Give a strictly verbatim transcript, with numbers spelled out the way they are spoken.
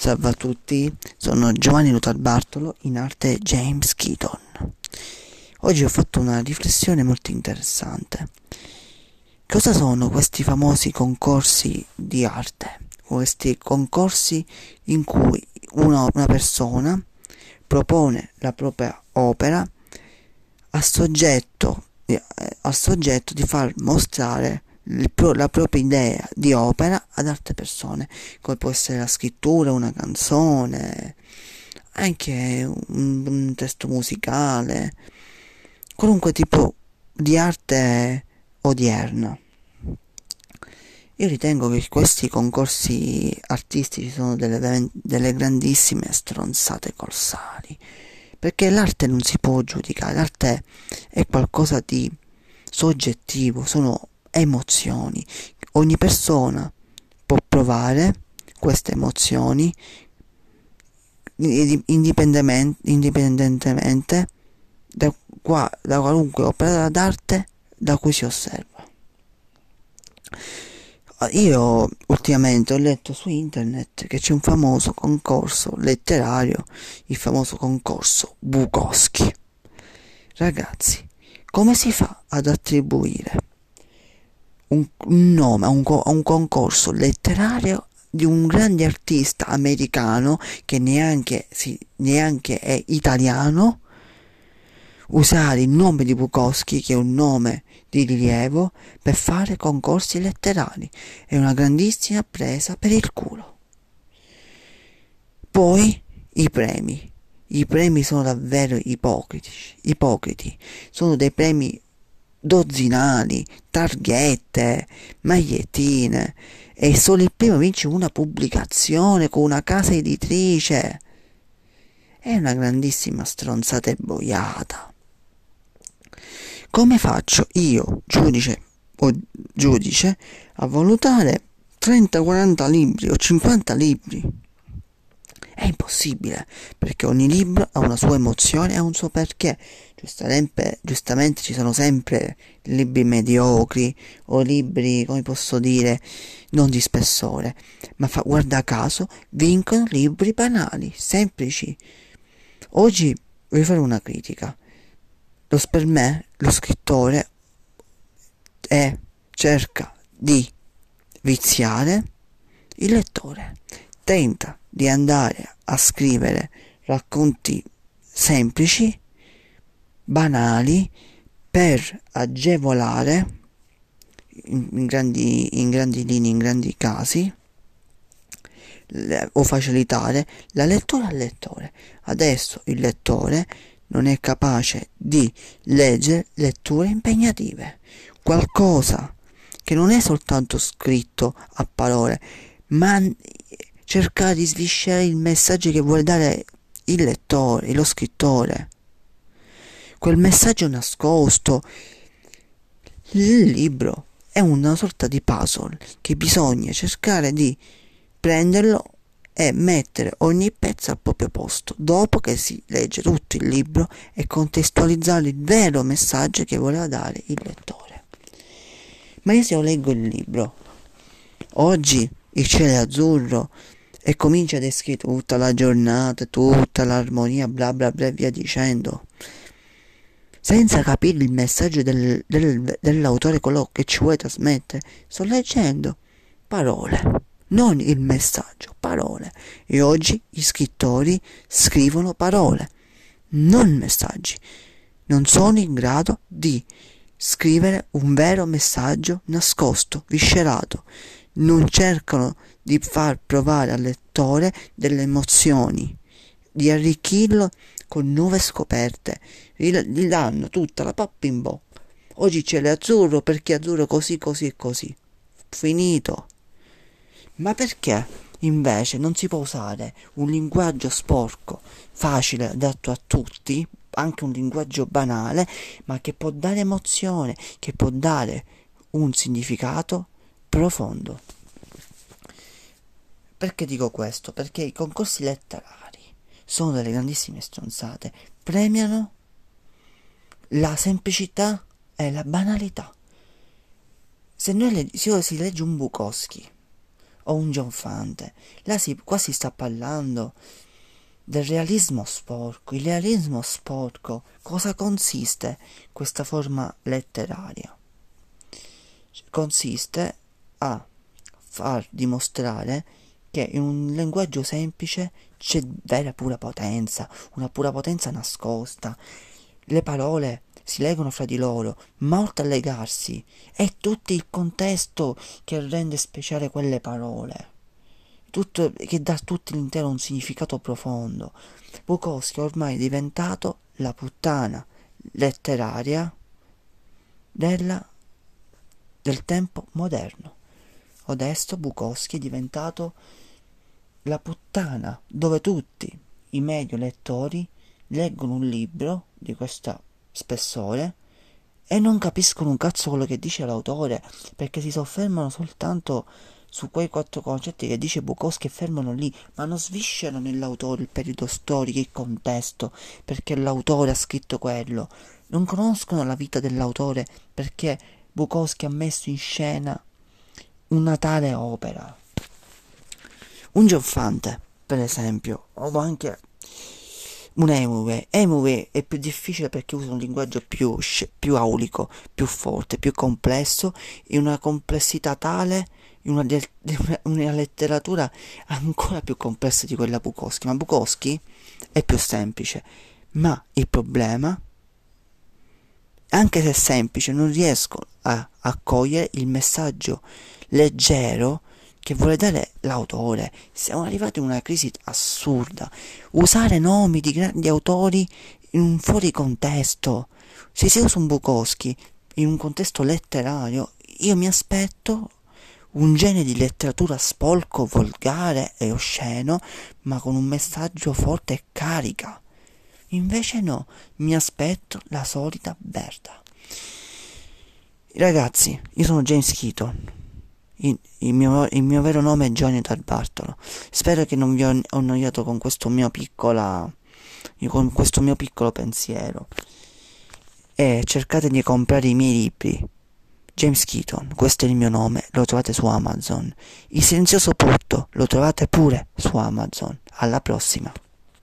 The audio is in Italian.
Salve a tutti, sono Giovanni Notarbartolo, in arte James Keaton. Oggi ho fatto una riflessione molto interessante. Cosa sono questi famosi concorsi di arte? Questi concorsi in cui una, una persona propone la propria opera a soggetto, eh, al soggetto di far mostrare il pro, la propria idea di opera ad altre persone, come può essere la scrittura, una canzone, anche un, un testo musicale, qualunque tipo di arte odierna. Io ritengo che questi concorsi artistici sono delle, delle grandissime stronzate colossali, perché l'arte non si può giudicare, l'arte è qualcosa di soggettivo, sono emozioni. Ogni persona può provare queste emozioni indipendentemente, indipendentemente da, qua, da qualunque opera d'arte da cui si osserva. Io ultimamente ho letto su internet che c'è un famoso concorso letterario, il famoso concorso Bukowski. Ragazzi, come si fa ad attribuire un, un nome a un, a un concorso letterario di un grande artista americano che neanche, si, neanche è italiano, usare il nome di Bukowski, che è un nome di rilievo, per fare concorsi letterari? È una grandissima presa per il culo. Poi i premi. I premi sono davvero ipocriti, ipocriti. Sono dei premi dozzinali, targhette, magliettine, e solo il primo vince una pubblicazione con una casa editrice. È una grandissima stronzata e boiata. Come faccio io, giudice o giudice, a valutare trenta quaranta libri o cinquanta libri? È impossibile, perché ogni libro ha una sua emozione, ha un suo perché. Giustamente, giustamente ci sono sempre libri mediocri o libri, come posso dire, non di spessore, ma fa, guarda caso vincono libri banali, semplici. Oggi voglio fare una critica. Lo, per me lo scrittore è, cerca di viziare il lettore, tenta di andare a scrivere racconti semplici, banali, per agevolare in, in, grandi, in grandi linee, in grandi casi, le, o facilitare la lettura al lettore. Adesso il lettore non è capace di leggere letture impegnative, qualcosa che non è soltanto scritto a parole, ma cercare di sviscerare il messaggio che vuole dare il lettore, lo scrittore, quel messaggio nascosto. Il libro è una sorta di puzzle che bisogna cercare di prenderlo e mettere ogni pezzo al proprio posto dopo che si legge tutto il libro e contestualizzare il vero messaggio che voleva dare il lettore. Ma io se io leggo il libro oggi il cielo è azzurro e comincia a descrivere tutta la giornata, tutta l'armonia, bla bla bla e via dicendo, senza capire il messaggio del, del, dell'autore, quello che ci vuole trasmettere, sto leggendo parole, non il messaggio, parole. E oggi gli scrittori scrivono parole, non messaggi. Non sono in grado di scrivere un vero messaggio nascosto, viscerato. Non cercano di far provare al lettore delle emozioni, di arricchirlo con nuove scoperte. Gli danno tutta la pappa in bocca. Oggi c'è l'azzurro perché azzurro così così e così. Finito. Ma perché invece non si può usare un linguaggio sporco, facile, adatto a tutti, anche un linguaggio banale, ma che può dare emozione, che può dare un significato profondo? Perché dico questo? Perché i concorsi letterari sono delle grandissime stronzate, premiano la semplicità e la banalità. Se noi le- se si legge un Bukowski o un John Fante. Là si, qua si sta parlando del realismo sporco. Il realismo sporco, cosa consiste questa forma letteraria? Consiste a far dimostrare che in un linguaggio semplice c'è vera pura potenza, una pura potenza nascosta. Le parole si legano fra di loro, ma oltre a legarsi è tutto il contesto che rende speciale quelle parole, tutto, che dà tutto l'intero un significato profondo. Bukowski ormai è diventato la puttana letteraria della, del tempo moderno. Adesso Bukowski è diventato la puttana dove tutti i medio lettori leggono un libro di questo spessore e non capiscono un cazzo quello che dice l'autore, perché si soffermano soltanto su quei quattro concetti che dice Bukowski e fermano lì, ma non sviscerano nell'autore il periodo storico, il contesto, perché l'autore ha scritto quello. Non conoscono la vita dell'autore perché Bukowski ha messo in scena una tale opera. Un John Fante, per esempio, o anche un Hemingway. Hemingway è più difficile perché usa un linguaggio più, più aulico, più forte, più complesso, in una complessità tale, in una, una, una letteratura ancora più complessa di quella Bukowski. Ma Bukowski è più semplice, ma il problema, anche se è semplice, non riesco a, a cogliere il messaggio leggero che vuole dare l'autore. Siamo arrivati in una crisi assurda. Usare nomi di grandi autori in un fuori contesto. Se si usa un Bukowski in un contesto letterario, io mi aspetto un genere di letteratura spolco, volgare e osceno, ma con un messaggio forte e carica. Invece no, mi aspetto la solita merda. Ragazzi, io sono James Keaton. Il, il, mio, il mio vero nome è Jonathan Bartolo. Spero che non vi ho annoiato con questo mio piccola con questo mio piccolo pensiero. E cercate di comprare i miei libri. James Keaton, questo è il mio nome, lo trovate su Amazon. Il silenzioso purto lo trovate pure su Amazon. Alla prossima.